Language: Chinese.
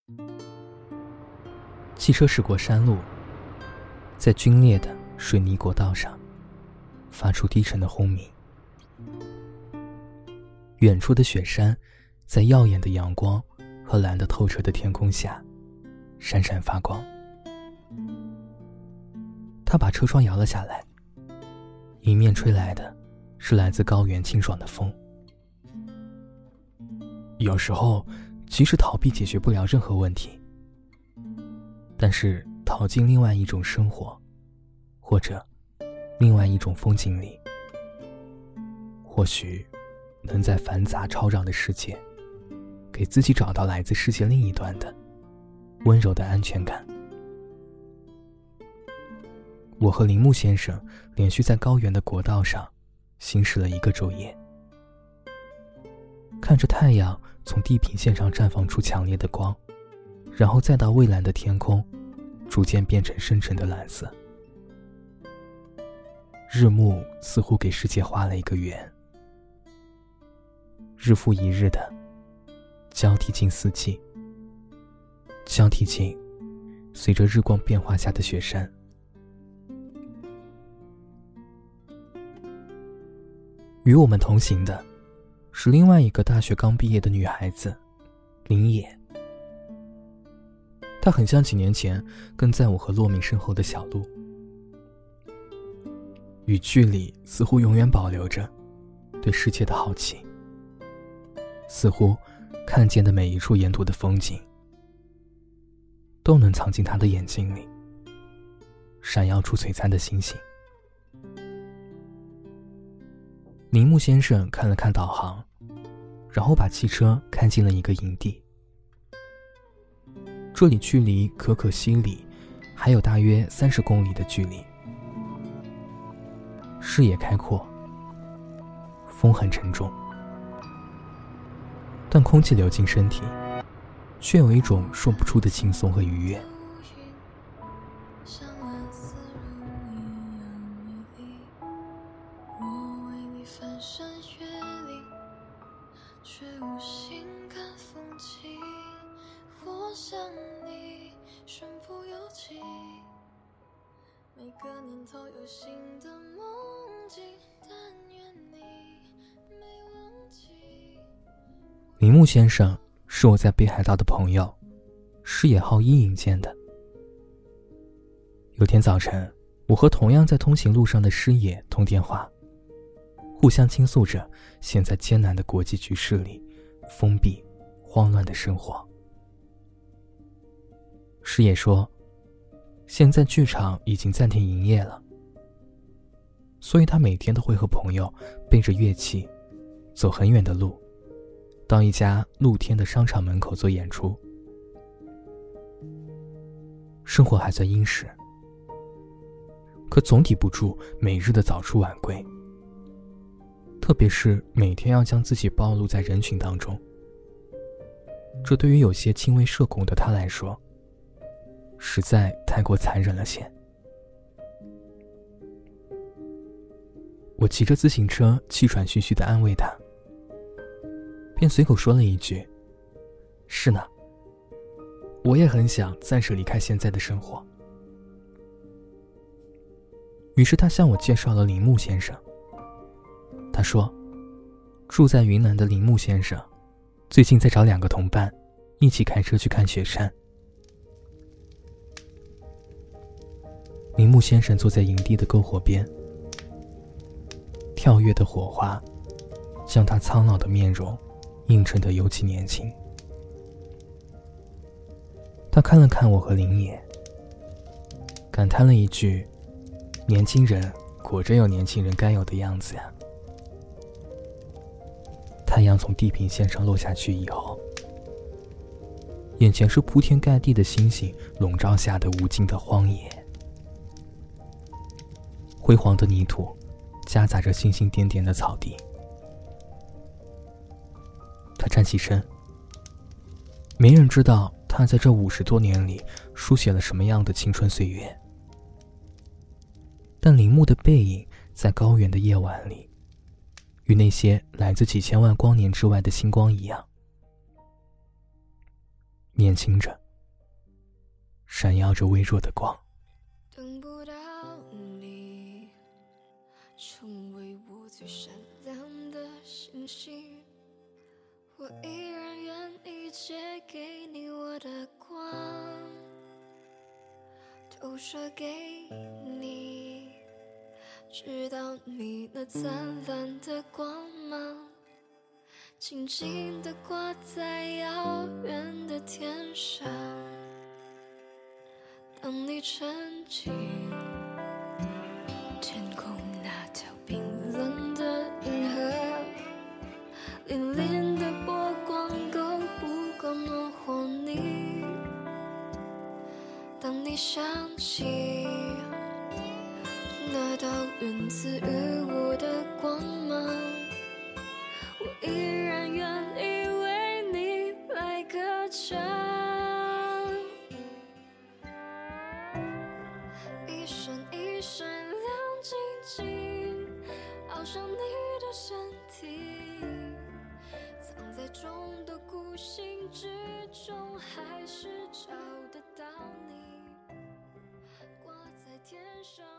汽车驶过山路，在皲裂的水泥国道上发出低沉的轰鸣。远处的雪山在耀眼的阳光和蓝得透彻的天空下闪闪发光。他把车窗摇了下来，迎面吹来的是来自高原清爽的风。有时候即使逃避解决不了任何问题，但是逃进另外一种生活，或者另外一种风景里，或许能在繁杂吵嚷的世界给自己找到来自世界另一端的温柔的安全感。我和铃木先生连续在高原的国道上行驶了一个昼夜，看着太阳从地平线上绽放出强烈的光，然后再到蔚蓝的天空逐渐变成深沉的蓝色。日暮似乎给世界画了一个圆，日复一日的交替进四季，交替进随着日光变化下的雪山。与我们同行的是另外一个大学刚毕业的女孩子林野，她很像几年前跟在我和洛明身后的小鹿，语句里似乎永远保留着对世界的好奇，似乎看见的每一处沿途的风景都能藏进她的眼睛里，闪耀出璀璨的星星。铃木先生看了看导航，然后把汽车开进了一个营地。这里距离可可西里还有大约30公里的距离，视野开阔，风很沉重，但空气流进身体却有一种说不出的轻松和愉悦。 每个年头有新的梦境，但愿你没忘记。 铃木先生是我在北海道的朋友，矢野浩一引荐的。有天早晨，我和同样在通行路上的矢野通电话，互相倾诉着现在艰难的国际局势里封闭慌乱的生活。矢野说，现在剧场已经暂停营业了，所以他每天都会和朋友背着乐器走很远的路，到一家露天的商场门口做演出。生活还算殷实，可总抵不住每日的早出晚归，特别是每天要将自己暴露在人群当中，这对于有些轻微社恐的他来说实在太过残忍了些。我骑着自行车气喘吁吁地安慰他，便随口说了一句，是呢，我也很想暂时离开现在的生活。于是他向我介绍了铃木先生。他说，住在云南的铃木先生最近在找2个同伴一起开车去看雪山。铃木先生坐在营地的篝火边，跳跃的火花将他苍老的面容映衬得尤其年轻。他看了看我和林野，感叹了一句，年轻人果真有年轻人该有的样子呀。太阳从地平线上落下去以后，眼前是铺天盖地的星星笼罩下的无尽的荒野，灰黄的泥土夹杂着星星点点的草地。他站起身，没人知道他在这50多年里书写了什么样的青春岁月，但铃木的背影在高原的夜晚里，与那些来自几千万光年之外的星光一样。 年轻着，闪耀着微弱的光。 等不到你成为我最闪亮的星星，我依然愿意借给你我的光，投射给你，直到你那灿烂的光芒静静地挂在遥远的天上。当你沉浸天空那条冰冷的银河，粼粼的波光够不够暖和你？当你想起那道源自于我的光芒，我依然愿意为你来歌唱。一闪一闪亮晶晶，好像你的身体，藏在众多孤星之中，还是找得到你，挂在天上。